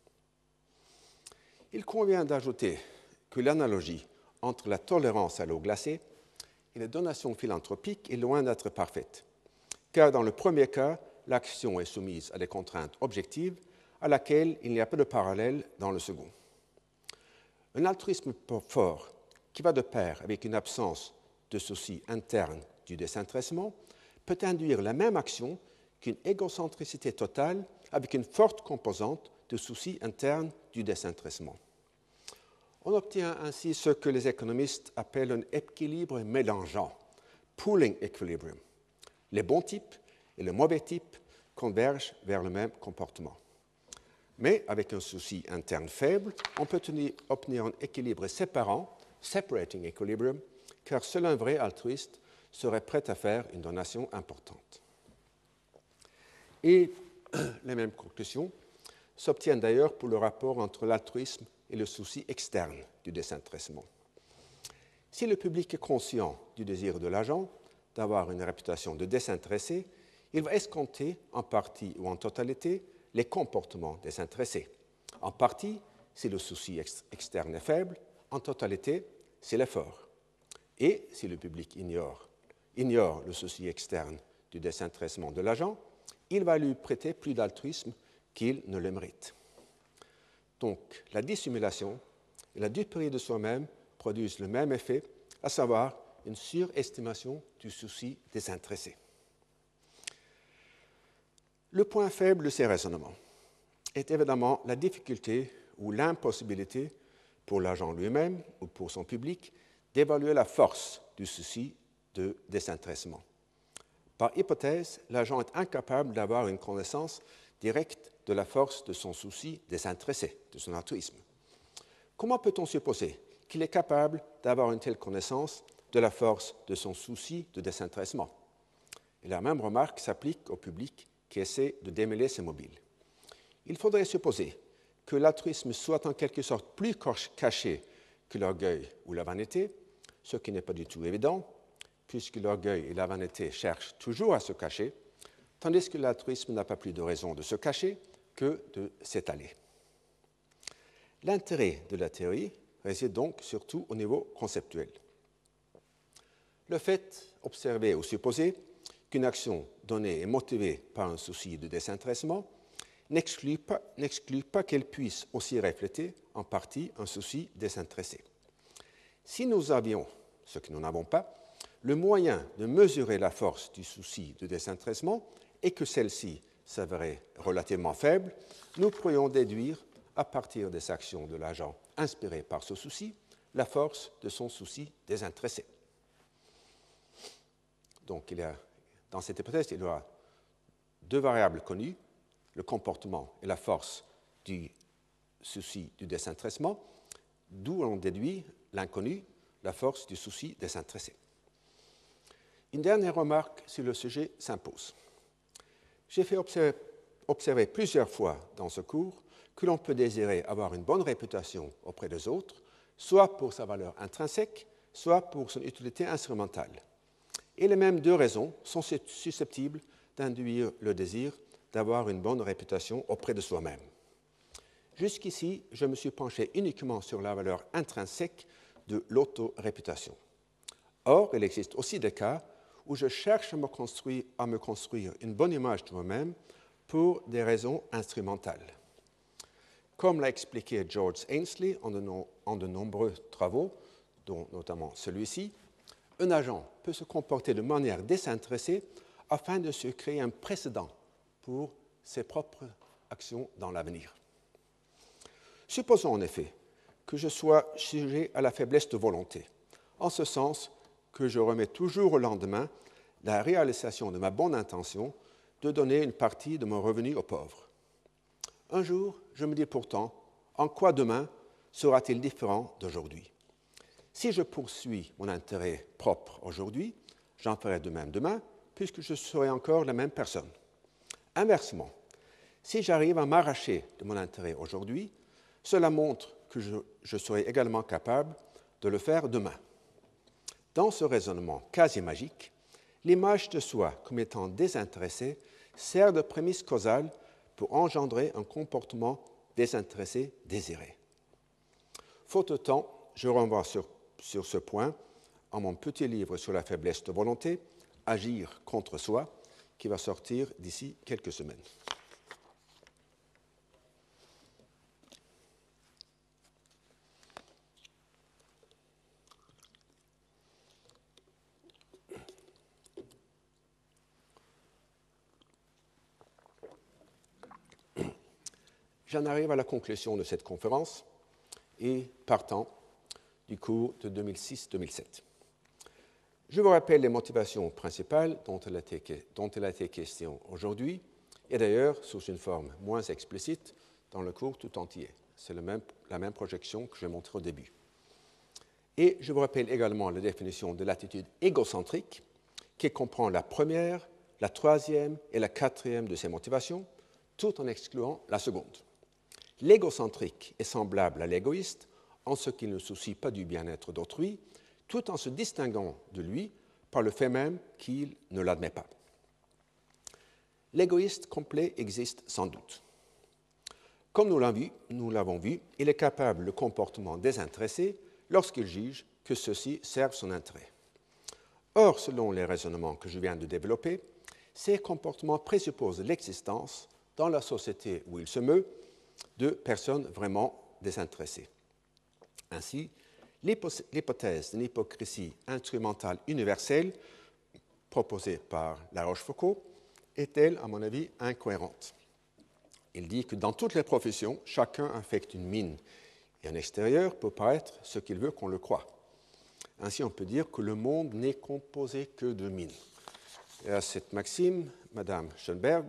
Il convient d'ajouter que l'analogie entre la tolérance à l'eau glacée et les donations philanthropiques est loin d'être parfaite, car dans le premier cas, l'action est soumise à des contraintes objectives à laquelle il n'y a pas de parallèle dans le second. Un altruisme fort qui va de pair avec une absence de souci interne du désintéressement peut induire la même action qu'une égocentricité totale avec une forte composante de souci interne du désintéressement. On obtient ainsi ce que les économistes appellent un équilibre mélangeant, pooling equilibrium. Les bons types et les mauvais types convergent vers le même comportement. Mais avec un souci interne faible, on peut obtenir un équilibre séparant, separating equilibrium, car seul un vrai altruiste serait prêt à faire une donation importante. Et les mêmes conclusions s'obtiennent d'ailleurs pour le rapport entre l'altruisme et le souci externe du désintéressement. Si le public est conscient du désir de l'agent d'avoir une réputation de désintéressé, il va escompter, en partie ou en totalité, les comportements désintéressés. En partie, si le souci externe est faible, en totalité, c'est l'effort. Et si le public ignore le souci externe du désintéressement de l'agent, il va lui prêter plus d'altruisme qu'il ne le mérite. Donc, la dissimulation et la duperie de soi-même produisent le même effet, à savoir une surestimation du souci désintéressé. Le point faible de ces raisonnements est évidemment la difficulté ou l'impossibilité pour l'agent lui-même ou pour son public d'évaluer la force du souci de désintéressement. Par hypothèse, l'agent est incapable d'avoir une connaissance directe de la force de son souci désintéressé, de son altruisme. Comment peut-on supposer qu'il est capable d'avoir une telle connaissance de la force de son souci de désintéressement? Et la même remarque s'applique au public qui essaie de démêler ces mobiles. Il faudrait supposer que l'altruisme soit en quelque sorte plus caché que l'orgueil ou la vanité, ce qui n'est pas du tout évident, puisque l'orgueil et la vanité cherchent toujours à se cacher, tandis que l'altruisme n'a pas plus de raison de se cacher que de s'étaler. L'intérêt de la théorie réside donc surtout au niveau conceptuel. Le fait observé ou supposé qu'une action donnée est motivée par un souci de désintéressement n'exclut pas qu'elle puisse aussi refléter en partie un souci désintéressé. Si nous avions, ce que nous n'avons pas, le moyen de mesurer la force du souci de désintéressement et que celle-ci s'avérait relativement faible, nous pourrions déduire, à partir des actions de l'agent inspirées par ce souci, la force de son souci désintéressé. Donc, dans cette hypothèse, il y aura deux variables connues, le comportement et la force du souci du désintéressement, d'où on déduit l'inconnu, la force du souci désintéressé. Une dernière remarque sur le sujet s'impose. J'ai fait observer plusieurs fois dans ce cours que l'on peut désirer avoir une bonne réputation auprès des autres, soit pour sa valeur intrinsèque, soit pour son utilité instrumentale. et les mêmes deux raisons sont susceptibles d'induire le désir d'avoir une bonne réputation auprès de soi-même. Jusqu'ici, je me suis penché uniquement sur la valeur intrinsèque de l'auto-réputation. Or, il existe aussi des cas où je cherche à me construire une bonne image de moi-même pour des raisons instrumentales. Comme l'a expliqué George Ainsley en de nombreux travaux, dont notamment celui-ci, un agent peut se comporter de manière désintéressée afin de se créer un précédent pour ses propres actions dans l'avenir. Supposons en effet que je sois sujet à la faiblesse de volonté, en ce sens que je remets toujours au lendemain la réalisation de ma bonne intention de donner une partie de mon revenu aux pauvres. Un jour, je me dis pourtant, en quoi demain sera-t-il différent d'aujourd'hui? Si je poursuis mon intérêt propre aujourd'hui, j'en ferai de même demain, puisque je serai encore la même personne. Inversement, si j'arrive à m'arracher de mon intérêt aujourd'hui, cela montre que je serai également capable de le faire demain. Dans ce raisonnement quasi magique, l'image de soi comme étant désintéressé sert de prémisse causale pour engendrer un comportement désintéressé désiré. Faute de temps, je renvoie sur ce point à mon petit livre sur la faiblesse de volonté, Agir contre soi, qui va sortir d'ici quelques semaines. J'en arrive à la conclusion de cette conférence et partant du cours de 2006-2007. Je vous rappelle les motivations principales dont il a été question aujourd'hui, et d'ailleurs sous une forme moins explicite dans le cours tout entier. C'est la même projection que j'ai montrée au début. Et je vous rappelle également la définition de l'attitude égocentrique, qui comprend la première, la troisième et la quatrième de ces motivations, tout en excluant la seconde. L'égocentrique est semblable à l'égoïste en ce qu'il ne soucie pas du bien-être d'autrui, tout en se distinguant de lui par le fait même qu'il ne l'admet pas. L'égoïste complet existe sans doute. Comme nous l'avons vu, il est capable de comportements désintéressés lorsqu'il juge que ceux-ci servent son intérêt. Or, selon les raisonnements que je viens de développer, ces comportements présupposent l'existence, dans la société où il se meut, de personnes vraiment désintéressées. Ainsi, l'hypothèse d'une hypocrisie instrumentale universelle proposée par La Rochefoucauld est-elle, à mon avis, incohérente. Il dit que dans toutes les professions, chacun affecte une mine et un extérieur pour paraître ce qu'il veut qu'on le croie. Ainsi, on peut dire que le monde n'est composé que de mines. Et à cette maxime, Mme Schoenberg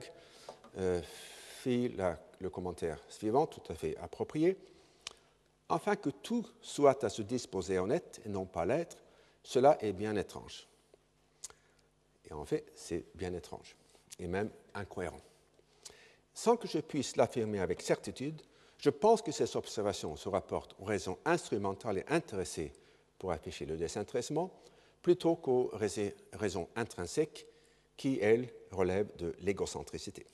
fit le commentaire suivant, tout à fait approprié. Afin que tout soit à se disposer honnête et non pas l'être, cela est bien étrange. Et en fait, c'est bien étrange, et même incohérent. Sans que je puisse l'affirmer avec certitude, je pense que ces observations se rapportent aux raisons instrumentales et intéressées pour afficher le désintéressement, plutôt qu'aux raisons intrinsèques qui, elles, relèvent de l'égocentricité.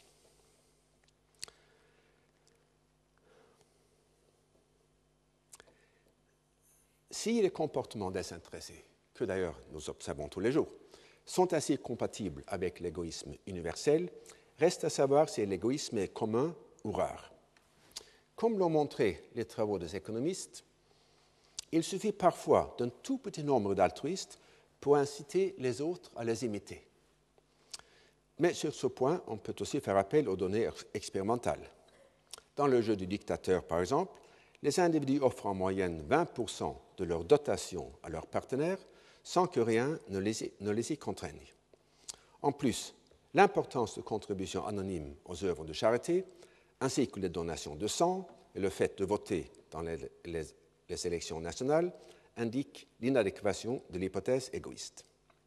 Si les comportements désintéressés, que d'ailleurs nous observons tous les jours, sont ainsi compatibles avec l'égoïsme universel, reste à savoir si l'égoïsme est commun ou rare. Comme l'ont montré les travaux des économistes, il suffit parfois d'un tout petit nombre d'altruistes pour inciter les autres à les imiter. Mais sur ce point, on peut aussi faire appel aux données expérimentales. Dans le jeu du dictateur, par exemple, les individus offrent en moyenne 20% de leur dotation à leurs partenaires sans que rien ne les y contraigne. En plus, l'importance de contributions anonymes aux œuvres de charité, ainsi que les donations de sang et le fait de voter dans les élections nationales, indiquent l'inadéquation de l'hypothèse égoïste.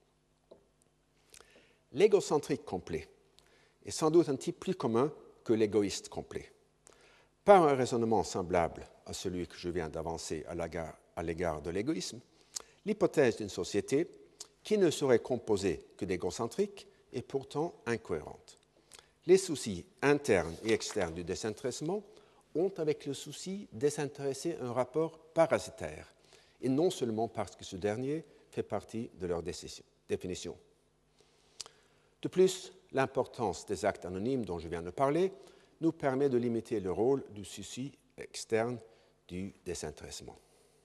L'égocentrique complet est sans doute un type plus commun que l'égoïste complet. Par un raisonnement semblable à celui que je viens d'avancer à l'égard de l'égoïsme, l'hypothèse d'une société qui ne serait composée que d'égocentriques et pourtant incohérente. Les soucis internes et externes du désintéressement ont avec le souci désintéressé un rapport parasitaire, et non seulement parce que ce dernier fait partie de leur définition. De plus, l'importance des actes anonymes dont je viens de parler nous permet de limiter le rôle du souci externe du désintéressement.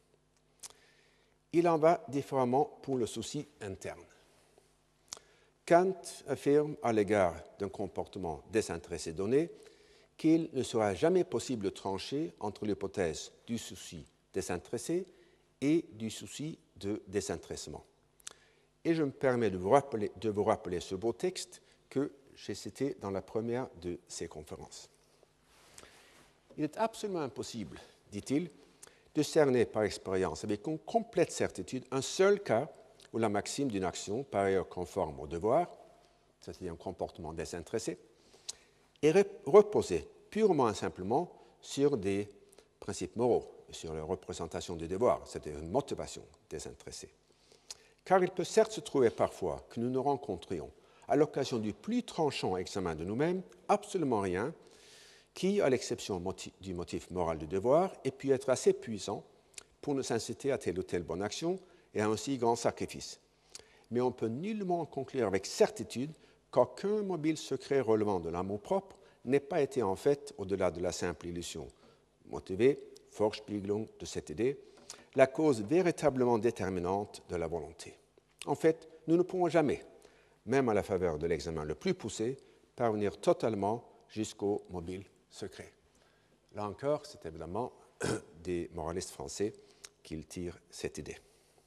Il en va différemment pour le souci interne. Kant affirme à l'égard d'un comportement désintéressé donné qu'il ne sera jamais possible de trancher entre l'hypothèse du souci désintéressé et du souci de désintéressement. Et je me permets de vous rappeler ce beau texte que j'ai cité dans la première de ces conférences. Il est absolument impossible, dit-il, de cerner par expérience avec une complète certitude un seul cas où la maxime d'une action, par ailleurs conforme au devoir, c'est-à-dire un comportement désintéressé, est reposée purement et simplement sur des principes moraux, sur la représentation du devoir, c'est-à-dire une motivation désintéressée. Car il peut certes se trouver parfois que nous ne rencontrions, à l'occasion du plus tranchant examen de nous-mêmes, absolument rien qui, à l'exception du motif moral du devoir, ait pu être assez puissant pour nous inciter à telle ou telle bonne action et à un si grand sacrifice. Mais on peut nullement conclure avec certitude qu'aucun mobile secret relevant de l'amour-propre n'ait pas été en fait, au-delà de la simple illusion motivée, Vorspiegelung de cette idée, la cause véritablement déterminante de la volonté. En fait, nous ne pourrons jamais, même à la faveur de l'examen le plus poussé, parvenir totalement jusqu'au mobile secret. Là encore, c'est évidemment des moralistes français qui tirent cette idée.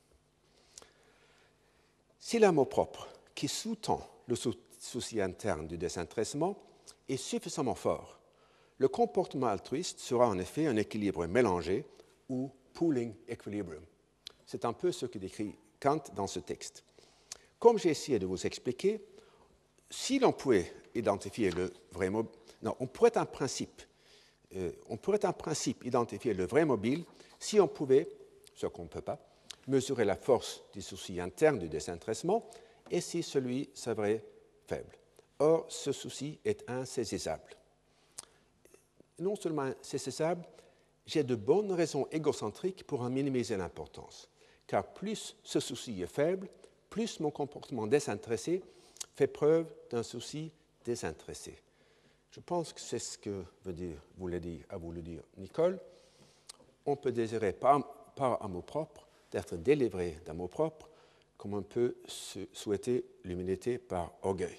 Si l'amour-propre, qui sous-tend le souci interne du désintéressement, est suffisamment fort, le comportement altruiste sera en effet un équilibre mélangé ou pooling equilibrium. C'est un peu ce que décrit Kant dans ce texte. Comme j'ai essayé de vous expliquer, si l'on pouvait identifier le vrai mobile, on pourrait en principe identifier le vrai mobile si on pouvait, ce qu'on ne peut pas, mesurer la force du souci interne du désintéressement et si celui s'avérait faible. Or, ce souci est insaisissable. Non seulement insaisissable, j'ai de bonnes raisons égocentriques pour en minimiser l'importance, car plus ce souci est faible, plus mon comportement désintéressé fait preuve d'un souci désintéressé. Je pense que c'est ce que a voulu dire Nicole. On peut désirer par amour-propre d'être délivré d'amour-propre, comme on peut souhaiter l'humilité par orgueil.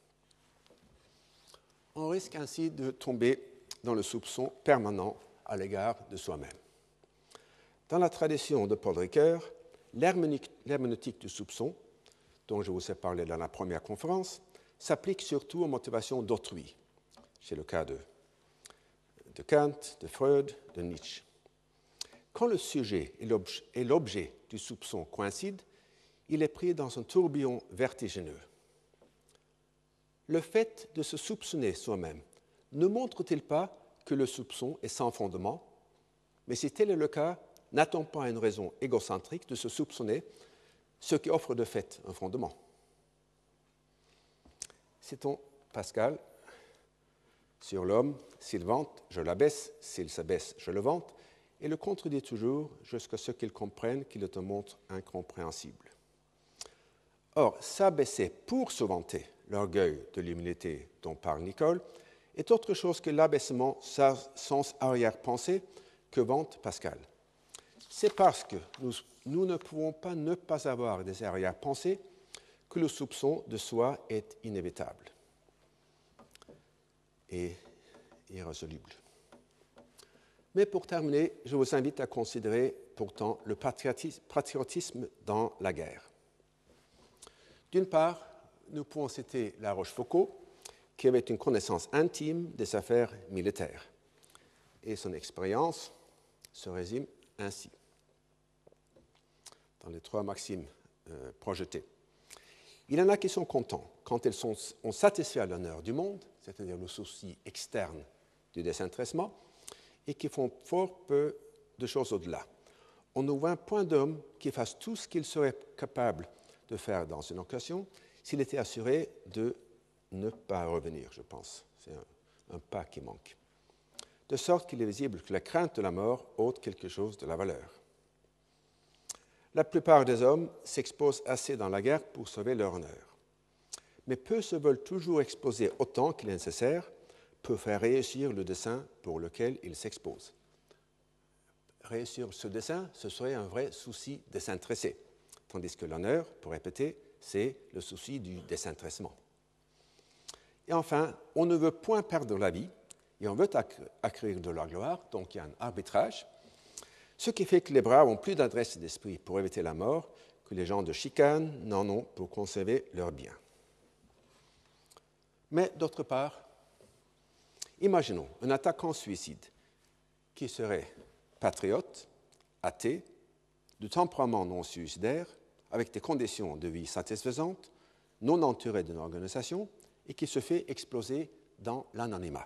On risque ainsi de tomber dans le soupçon permanent à l'égard de soi-même. Dans la tradition de Paul Ricoeur, l'herméneutique du soupçon, dont je vous ai parlé dans la première conférence, s'applique surtout aux motivations d'autrui. C'est le cas de Kant, de Freud, de Nietzsche. Quand le sujet et l'objet du soupçon coïncident, il est pris dans un tourbillon vertigineux. Le fait de se soupçonner soi-même ne montre-t-il pas que le soupçon est sans fondement? Mais si tel est le cas, n'a-t-on pas une raison égocentrique de se soupçonner, ce qui offre de fait un fondement? Citons Pascal sur l'homme: s'il vante, je l'abaisse; s'il s'abaisse, je le vante, et le contredit toujours jusqu'à ce qu'il comprenne qu'il est un monstre incompréhensible. Or, s'abaisser pour se vanter, l'orgueil de l'humilité dont parle Nicole, est autre chose que l'abaissement sans arrière-pensée que vante Pascal. C'est parce que nous ne pouvons pas ne pas avoir des arrière-pensées que le soupçon de soi est inévitable et irrésoluble. Mais pour terminer, je vous invite à considérer pourtant le patriotisme dans la guerre. D'une part, nous pouvons citer La Rochefoucauld, qui avait une connaissance intime des affaires militaires. Et son expérience se résume ainsi, dans les 3 maximes projetées. Il y en a qui sont contents quand elles ont satisfait l'honneur du monde, c'est-à-dire le souci externe du désintéressement, et qui font fort peu de choses au-delà. On ne voit point d'homme qui fasse tout ce qu'il serait capable de faire dans une occasion s'il était assuré de ne pas revenir, je pense. C'est un pas qui manque. De sorte qu'il est visible que la crainte de la mort ôte quelque chose de la valeur. La plupart des hommes s'exposent assez dans la guerre pour sauver leur honneur. Mais peu se veulent toujours exposer autant qu'il est nécessaire pour faire réussir le dessein pour lequel ils s'exposent. Réussir ce dessein, ce serait un vrai souci désintéressé, tandis que l'honneur, pour répéter, c'est le souci du désintéressement. Et enfin, on ne veut point perdre la vie, et on veut acquérir de la gloire, donc il y a un arbitrage, ce qui fait que les braves ont plus d'adresse d'esprit pour éviter la mort que les gens de chicane n'en ont pour conserver leurs biens. Mais d'autre part, imaginons un attaquant suicide qui serait patriote, athée, de tempérament non suicidaire, avec des conditions de vie satisfaisantes, non entouré d'une organisation et qui se fait exploser dans l'anonymat.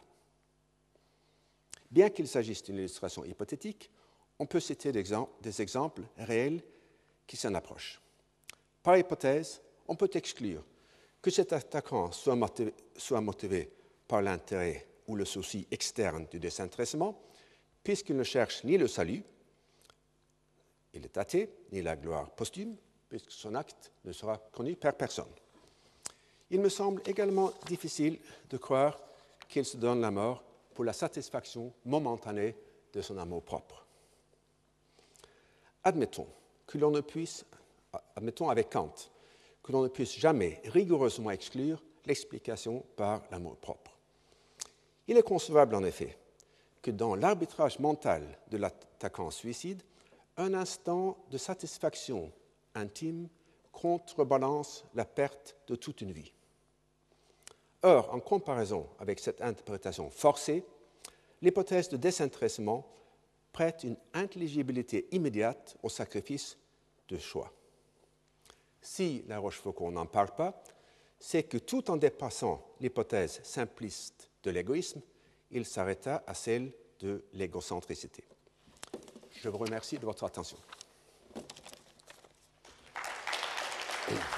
Bien qu'il s'agisse d'une illustration hypothétique, on peut citer des exemples réels qui s'en approchent. Par hypothèse, on peut exclure que cet attaquant soit motivé par l'intérêt ou le souci externe du désintéressement, puisqu'il ne cherche ni le salut, il est athée, ni la gloire posthume, puisque son acte ne sera connu par personne. Il me semble également difficile de croire qu'il se donne la mort pour la satisfaction momentanée de son amour-propre. Admettons avec Kant que l'on ne puisse jamais rigoureusement exclure l'explication par l'amour-propre. Il est concevable en effet que dans l'arbitrage mental de l'attaquant suicide, un instant de satisfaction intime contrebalance la perte de toute une vie. Or, en comparaison avec cette interprétation forcée, l'hypothèse de désintéressement prête une intelligibilité immédiate au sacrifice de choix. Si La Rochefoucauld n'en parle pas, c'est que tout en dépassant l'hypothèse simpliste de l'égoïsme, il s'arrêta à celle de l'égocentricité. Je vous remercie de votre attention.